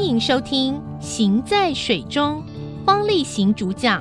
迎收听《行在水中》，方力行主讲。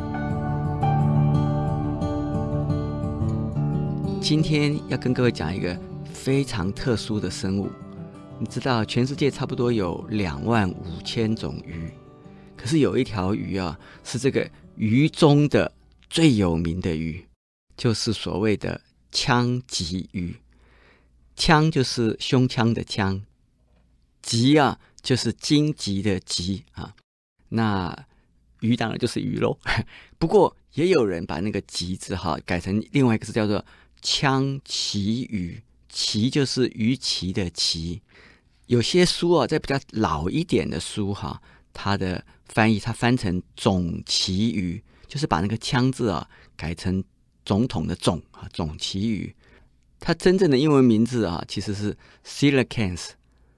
今天要跟各位讲一个非常特殊的生物。你知道全世界差不多有25000种鱼，可是有一条鱼啊，是这个鱼中的最有名的鱼，就是所谓的枪鲫鱼。枪就是胸腔的枪，鲫啊就是荆棘的棘啊。那鱼当然就是鱼咯。不过也有人把那个棘字改成另外一个字，叫做枪旗鱼。旗就是鱼鳍的鳍。有些书在比较老一点的书它的翻译它翻成种旗鱼，就是把那个枪字改成总统的总种旗鱼。它真正的英文名字其实是 Coelacanth，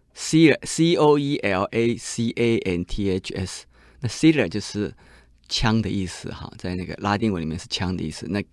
Coelacanths。 那 Coela 就是枪的意思在那个拉丁文里面是枪的意思。那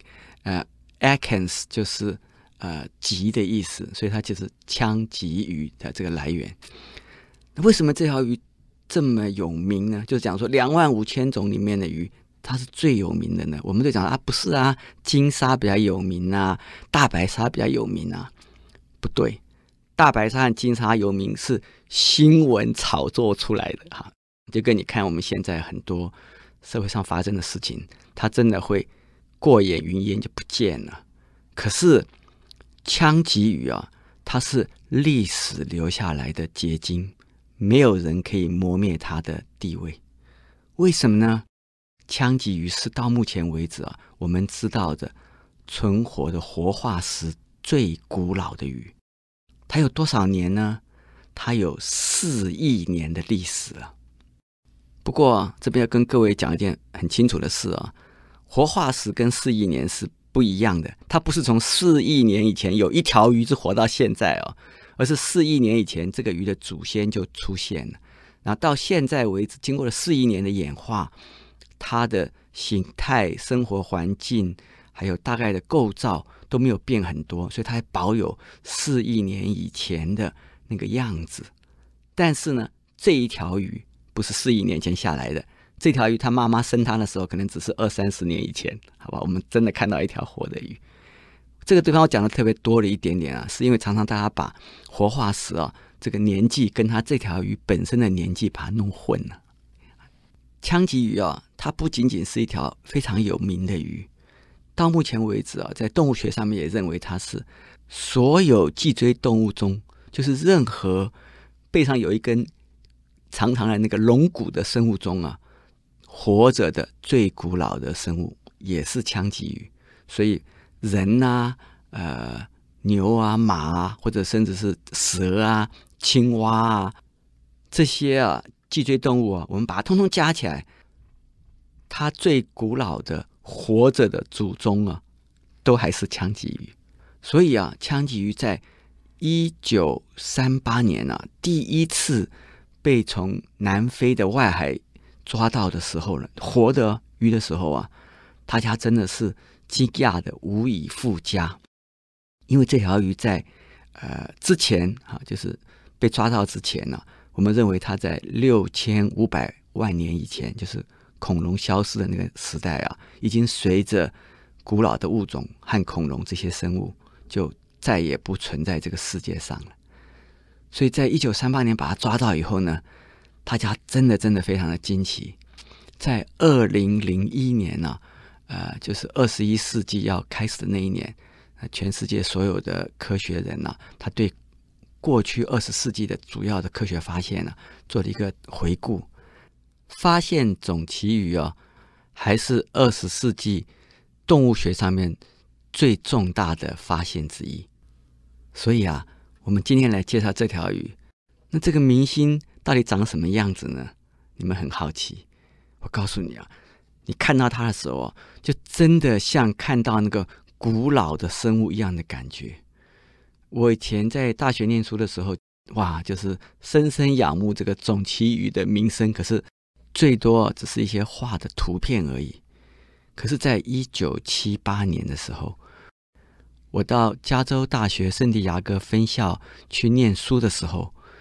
Acanth 就是鲫的意思，所以它就是枪鲫鱼的这个来源。那为什么这条鱼这么有名呢？就是讲说25000种里面的鱼，它是最有名的呢。我们就讲不是啊，金鲨比较有名啊，大白鲨比较有名啊。不对，大白鲨和金鲨有名是新闻炒作出来的就跟你看我们现在很多社会上发生的事情，它真的会过眼云烟就不见了。可是枪鲫鱼它是历史留下来的结晶，没有人可以磨灭它的地位。为什么呢？枪鲫鱼是到目前为止我们知道的存活的活化石最古老的鱼。它有多少年呢？它有4亿年的历史了。不过这边要跟各位讲一件很清楚的事活化石跟4亿年是不一样的。它不是从4亿年以前有一条鱼是活到现在而是4亿年以前这个鱼的祖先就出现了。然后到现在为止，经过了4亿年的演化，它的形态、生活环境还有大概的构造都没有变很多，所以它还保有4亿年以前的那个样子。但是呢，这一条鱼不是4亿年前下来的，这条鱼它妈妈生它的时候可能只是20-30年以前，好吧？我们真的看到一条活的鱼。这个地方我讲的特别多了一点点是因为常常大家把活化石这个年纪跟它这条鱼本身的年纪把它弄混了。枪鲫鱼它不仅仅是一条非常有名的鱼，到目前为止在动物学上面也认为它是所有脊椎动物中，就是任何背上有一根长长的那个龙骨的生物中活着的最古老的生物也是枪鲫鱼。所以人牛马或者甚至是蛇青蛙这些脊椎动物我们把它通通加起来，它最古老的活着的祖宗都还是枪鲫鱼。所以枪鲫鱼在1938年第一次被从南非的外海抓到的时候活的鱼的时候大家真的是惊讶的无以复加。因为这条鱼在之前就是被抓到之前我们认为它在6500万年以前，就是恐龙消失的那个时代已经随着古老的物种和恐龙这些生物就再也不存在这个世界上了。所以在1938年把它抓到以后呢，大家真的非常的惊奇。在2001年就是21世纪要开始的那一年，全世界所有的科学人他对过去20世纪的主要的科学发现做了一个回顾，发现种旗鱼还是20世纪动物学上面最重大的发现之一。所以我们今天来介绍这条鱼。那这个明星到底长什么样子呢？你们很好奇。我告诉你你看到它的时候就真的像看到那个古老的生物一样的感觉。我以前在大学念书的时候就是深深仰慕这个种旗鱼的名声，可是最多只是一些画的图片而已。可是在1978年的时候，我到加州大学圣地亚哥分校去念书的时候，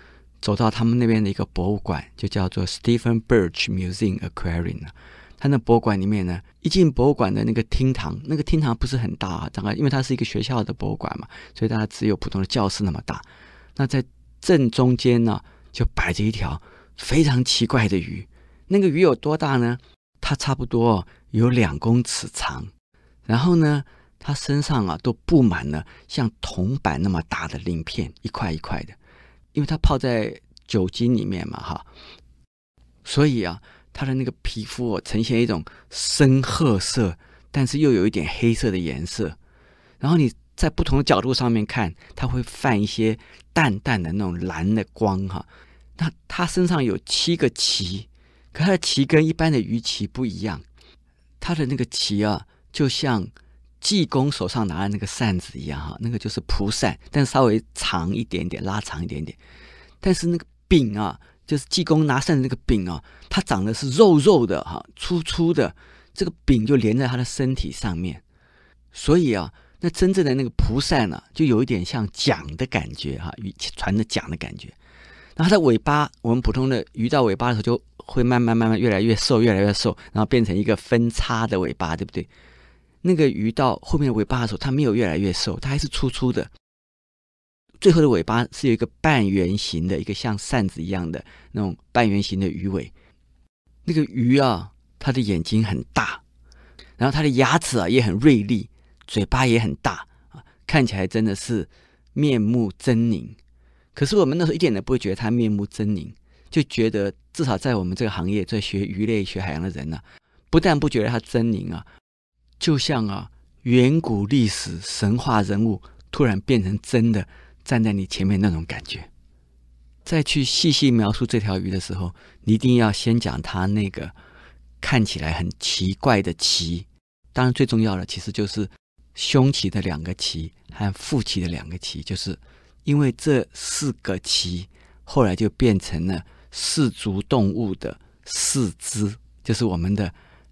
走到他们那边的一个博物馆，就叫做 Stephen Birch Museum Aquarium。他那博物馆里面呢，一进博物馆的那个厅堂，那个厅堂不是很大啊，大概因为它是一个学校的博物馆嘛，所以它只有普通的教室那么大。那在正中间呢，就摆着一条非常奇怪的鱼。那个鱼有多大呢？它差不多有2公尺长，然后呢，它身上都布满了像铜板那么大的鳞片，一块一块的，因为它泡在酒精里面嘛，哈，所以它的那个皮肤呈现一种深褐色，但是又有一点黑色的颜色。然后你在不同的角度上面看，它会泛一些淡淡的那种蓝的光哈。那它身上有7个鳍，可它的鳍跟一般的鱼鳍不一样，它的那个鳍就像济公手上拿的那个扇子一样哈，那个就是蒲扇，但是稍微长一点点，拉长一点点。但是那个柄就是济公拿扇子那个柄它长的是肉肉的粗粗的，这个柄就连在他的身体上面，所以那真正的那个蒲扇就有一点像桨的感觉船的桨的感觉。然后它的尾巴，我们普通的鱼到尾巴的时候就会慢慢越来越瘦，越来越瘦，然后变成一个分叉的尾巴，对不对？那个鱼到后面的尾巴的时候，它没有越来越瘦，它还是粗粗的。最后的尾巴是有一个半圆形的，一个像扇子一样的那种半圆形的鱼尾。那个鱼它的眼睛很大，然后它的牙齿也很锐利，嘴巴也很大看起来真的是面目狰狞。可是我们那时候一点都不会觉得它面目狰狞，就觉得至少在我们这个行业，在学鱼类、学海洋的人不但不觉得它狰狞就像远古历史神话人物突然变成真的站在你前面那种感觉。再去细细描述这条鱼的时候，你一定要先讲它那个看起来很奇怪的鳍。当然最重要的其实就是胸鳍的2个鳍和腹鳍的2个鳍，就是因为这4个鳍后来就变成了4足动物的4肢，就是我们的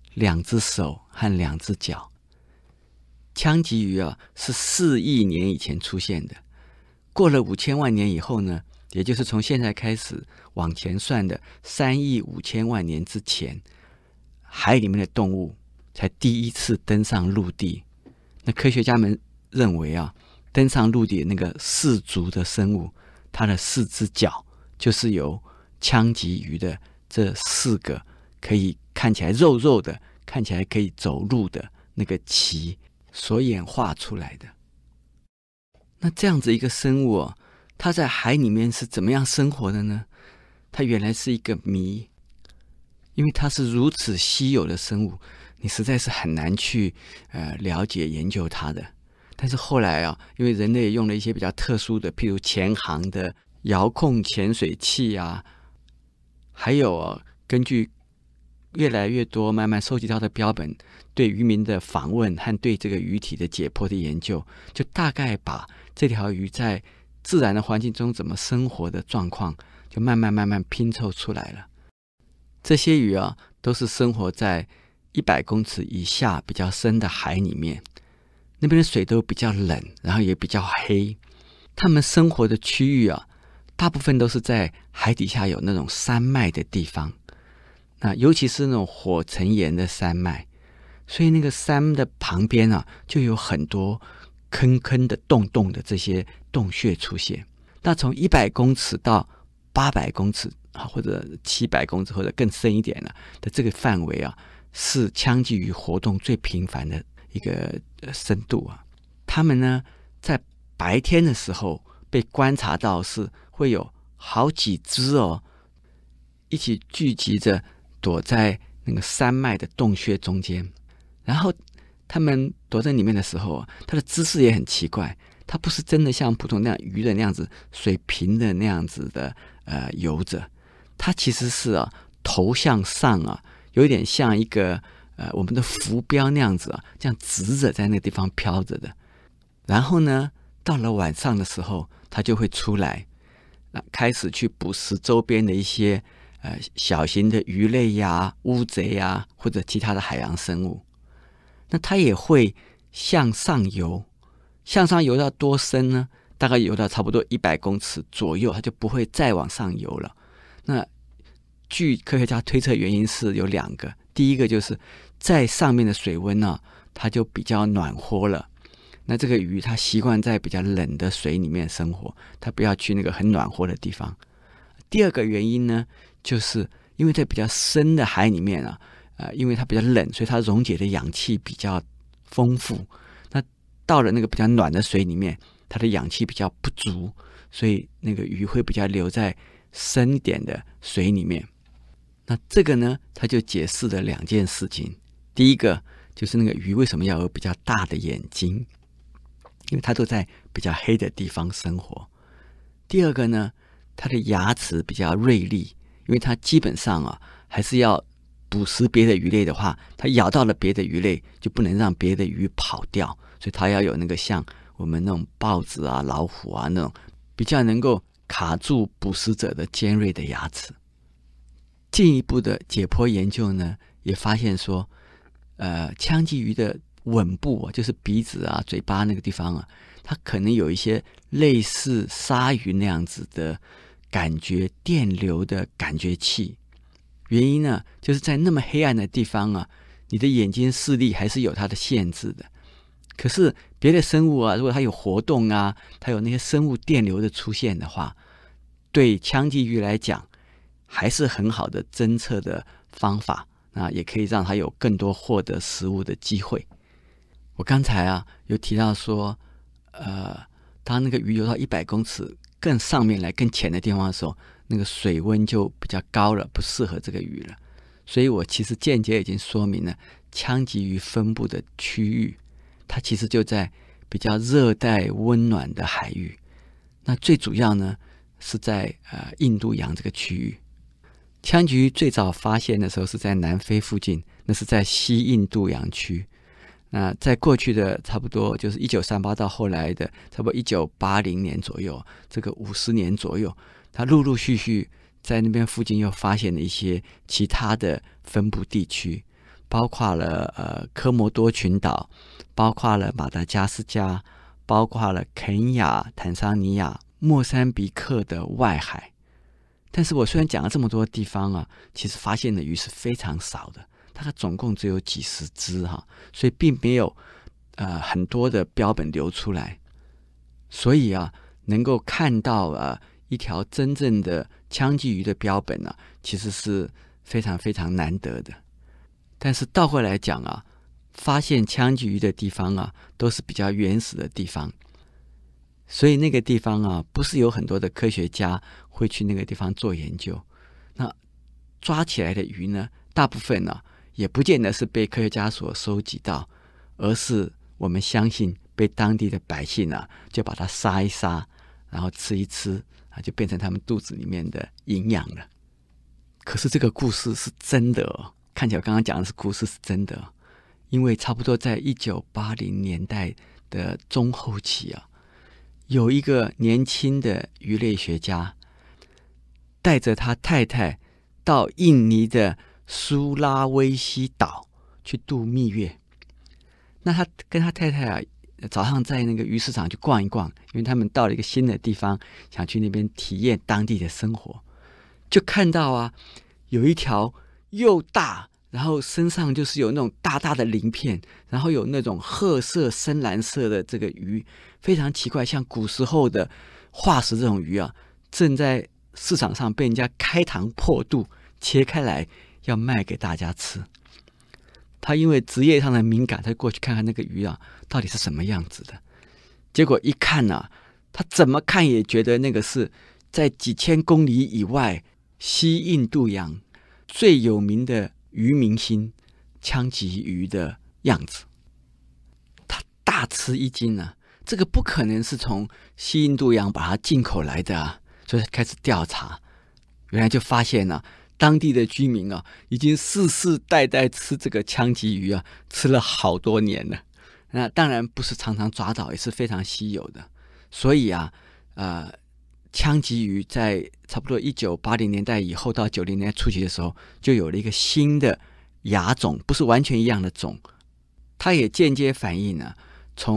2只手和2只脚。腔棘鱼是4亿年以前出现的，过了5000万年以后呢，也就是从现在开始往前算的3亿5千万年之前，海里面的动物才第一次登上陆地。那科学家们认为登上陆地的那个4足的生物，它的4只脚就是由腔棘鱼的这4个可以看起来肉肉的、看起来可以走路的那个鳍所演化出来的。那这样子一个生物它在海里面是怎么样生活的呢？它原来是一个谜，因为它是如此稀有的生物，你实在是很难去了解研究它的。但是后来因为人类用了一些比较特殊的，譬如潜航的遥控潜水器还有根据越来越多慢慢收集到的标本，对渔民的访问和对这个鱼体的解剖的研究，就大概把这条鱼在自然的环境中怎么生活的状况就慢慢拼凑出来了。这些鱼都是生活在100公尺以下比较深的海里面，那边的水都比较冷，然后也比较黑。它们生活的区域大部分都是在海底下有那种山脉的地方，那尤其是那种火成岩的山脉，所以那个山的旁边就有很多坑坑的洞洞的这些洞穴出现。那从100公尺到800公尺或者700公尺或者更深一点的这个范围是腔棘鱼活动最频繁的一个深度它们呢在白天的时候被观察到是会有好几只一起聚集着躲在那个山脉的洞穴中间，然后它们躲在里面的时候它的姿势也很奇怪，它不是真的像普通那样鱼的那样子水平的那样子的游着，它其实是头向上有点像一个我们的浮标那样子这样直着在那个地方飘着的。然后呢到了晚上的时候它就会出来开始去捕食周边的一些小型的鱼类乌贼或者其他的海洋生物。那它也会向上游，向上游到多深呢？ 大概游到差不多100公尺左右，它就不会再往上游了。那据科学家推测，原因是有2个。第一个就是在上面的水温呢，它就比较暖和了。那这个鱼它习惯在比较冷的水里面生活，它不要去那个很暖和的地方。第二个原因呢，就是因为在比较深的海里面啊，因为它比较冷，所以它溶解的氧气比较丰富。那到了那个比较暖的水里面，它的氧气比较不足，所以那个鱼会比较留在深一点的水里面。那这个呢，它就解释了2件事情。第一个就是那个鱼为什么要有比较大的眼睛，因为它都在比较黑的地方生活。第二个呢，它的牙齿比较锐利，因为它基本上啊还是要捕食别的鱼类的话，它咬到了别的鱼类就不能让别的鱼跑掉，所以它要有那个像我们那种豹子啊、老虎啊那种比较能够卡住捕食者的尖锐的牙齿。进一步的解剖研究呢，也发现说，腔棘鱼的吻部啊，就是鼻子啊、嘴巴那个地方啊，它可能有一些类似鲨鱼那样子的感觉电流的感觉器。原因呢，就是在那么黑暗的地方啊，你的眼睛视力还是有它的限制的。可是别的生物啊，如果它有活动啊，它有那些生物电流的出现的话，对腔棘鱼来讲还是很好的侦测的方法，那也可以让它有更多获得食物的机会。我刚才啊有提到说，当那个鱼游到100公尺更上面来、更浅的地方的时候，那个水温就比较高了，不适合这个鱼了。所以我其实间接已经说明了腔棘鱼分布的区域，它其实就在比较热带温暖的海域。那最主要呢是在印度洋这个区域。腔棘鱼最早发现的时候是在南非附近，那是在西印度洋区。那在过去的差不多就是1938到后来的差不多1980年左右，这个50年左右，它陆陆续续在那边附近又发现了一些其他的分布地区，包括了科摩多群岛，包括了马达加斯加，包括了肯亚、坦桑尼亚、莫桑比克的外海。但是我虽然讲了这么多地方啊，其实发现的鱼是非常少的，大概总共只有几十只哈，所以并没有很多的标本流出来。所以啊，能够看到一条真正的腔棘鱼的标本啊，其实是非常非常难得的。但是倒过来讲啊，发现腔棘鱼的地方啊，都是比较原始的地方。所以那个地方啊，不是有很多的科学家会去那个地方做研究。那抓起来的鱼呢，大部分呢也不见得是被科学家所收集到，而是我们相信被当地的百姓啊，就把它杀一杀，然后吃一吃啊，就变成他们肚子里面的营养了。可是这个故事是真的哦，看起来我刚刚讲的是故事是真的哦，因为差不多在1980年代的中后期啊，有一个年轻的鱼类学家带着他太太到印尼的苏拉威西岛去度蜜月。那他跟他太太啊，早上在那个鱼市场去逛一逛，因为他们到了一个新的地方，想去那边体验当地的生活，就看到啊，有一条又大，然后身上就是有那种大大的鳞片，然后有那种褐色、深蓝色的这个鱼，非常奇怪，像古时候的化石这种鱼啊，正在市场上被人家开膛破肚切开来要卖给大家吃。他因为职业上的敏感，他过去看看那个鱼啊到底是什么样子的。结果一看啊，他怎么看也觉得那个是在几千公里以外西印度洋最有名的鱼明星腔棘鱼的样子。他大吃一惊啊，这个不可能是从西印度洋把它进口来的啊，所以开始调查，原来就发现啊，当地的居民啊，已经世世代代吃这个腔棘鱼啊，吃了好多年了。那当然不是常常抓到，也是非常稀有的。所以啊，腔棘鱼在差不多1980年代以后到90年代初期的时候，就有了一个新的亚种，不是完全一样的种。它也间接反映了从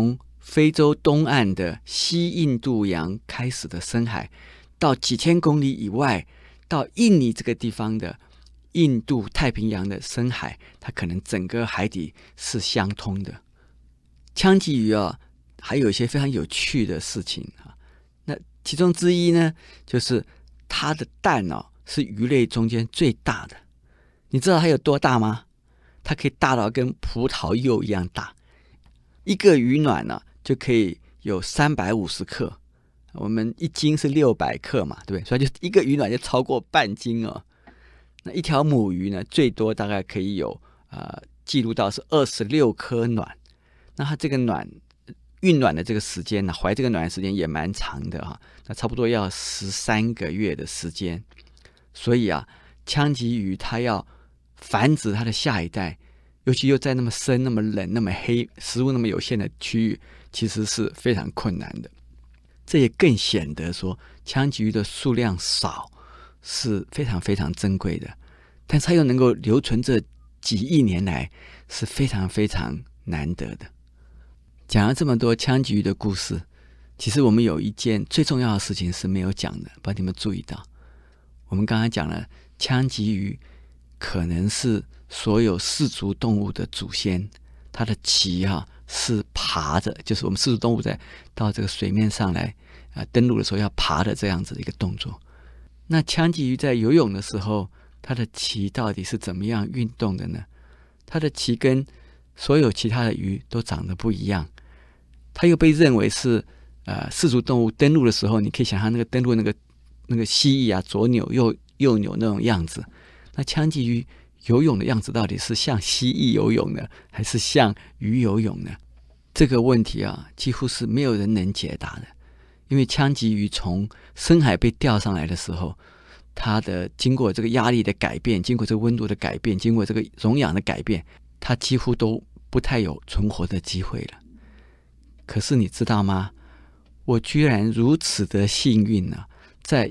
非洲东岸的西印度洋开始的深海，到几千公里以外，到印尼这个地方的印度太平洋的深海，它可能整个海底是相通的。枪鲫鱼啊，还有一些非常有趣的事情啊。那其中之一呢，就是它的蛋哦，是鱼类中间最大的。你知道它有多大吗？它可以大到跟葡萄柚一样大。一个鱼卵呢，就可以有350克。我们1斤是600克嘛，对不对？所以就一个鱼卵就超过半斤哦。那一条母鱼呢，最多大概可以有记录到是26颗卵。那它这个卵孕卵的这个时间呢，怀这个卵的时间也蛮长的哈，那差不多要13个月的时间。所以啊，枪鲫鱼它要繁殖它的下一代，尤其又在那么深、那么冷、那么黑、食物那么有限的区域，其实是非常困难的。这也更显得说，枪鲫鱼的数量少是非常非常珍贵的，但是它又能够留存这几亿年来，是非常非常难得的。讲了这么多枪鲫鱼的故事，其实我们有一件最重要的事情是没有讲的，不知道你们注意到。我们刚才讲了，枪鲫鱼可能是所有四足动物的祖先，它的鳍是爬的，就是我们四足动物在到这个水面上来登陆的时候要爬的这样子的一个动作。那枪鲫鱼在游泳的时候，它的鳍到底是怎么样运动的呢？它的鳍跟所有其他的鱼都长得不一样，它又被认为是四足动物登陆的时候，你可以想象那个登陆那个蜥蜴左扭右扭那种样子。那枪鲫鱼游泳的样子到底是像蜥蜴游泳呢，还是像鱼游泳呢？这个问题几乎是没有人能解答的。因为枪鲫鱼从深海被钓上来的时候，它的经过这个压力的改变，经过这个温度的改变，经过这个溶氧的改变，它几乎都不太有存活的机会了。可是你知道吗？我居然如此的幸运啊，在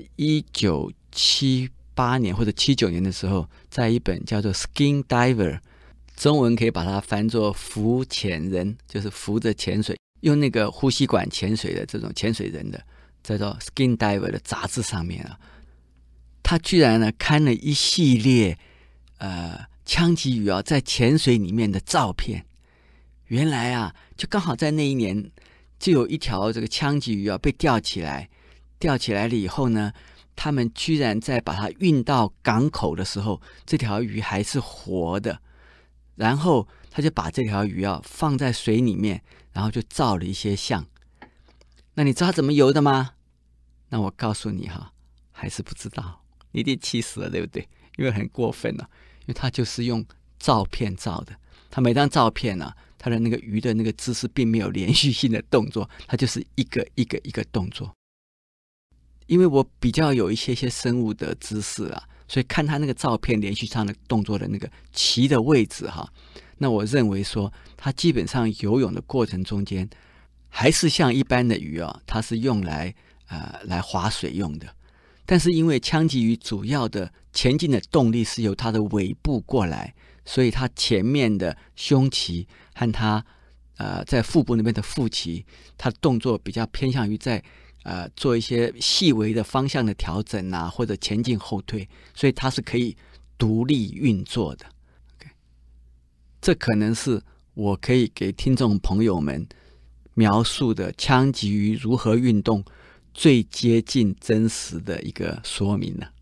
1978年或者79年的时候，在一本叫做 Skin Diver， 中文可以把它翻作浮潜人，就是浮着潜水，用那个呼吸管潜水的这种潜水人的，叫做 Skin Diver 的杂志上面他居然呢刊了一系列枪鲫鱼在潜水里面的照片。原来就刚好在那一年，就有一条这个枪鲫鱼被吊起来了以后呢，他们居然在把它运到港口的时候，这条鱼还是活的。然后他就把这条鱼放在水里面，然后就照了一些相。那你知道他怎么游的吗？那我告诉你还是不知道。你一定气死了，对不对？因为很过分因为他就是用照片照的。他每张照片他的那个鱼的那个姿势并没有连续性的动作，它就是一个一个一个动作。因为我比较有一些生物的知识所以看他那个照片连续上的动作的那个鳍的位置那我认为说他基本上游泳的过程中间还是像一般的鱼它是用来划水用的。但是因为枪鲫鱼主要的前进的动力是由它的尾部过来，所以它前面的胸鳍和它在腹部那边的腹鳍，它的动作比较偏向于在做一些细微的方向的调整或者前进后退，所以它是可以独立运作的。这可能是我可以给听众朋友们描述的枪鲫鱼如何运动最接近真实的一个说明了。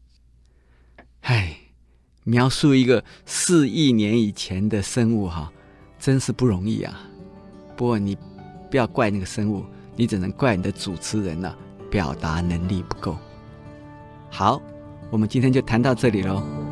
描述一个4亿年以前的生物真是不容易不过你不要怪那个生物，你只能怪你的主持人表达能力不够。好，我们今天就谈到这里咯。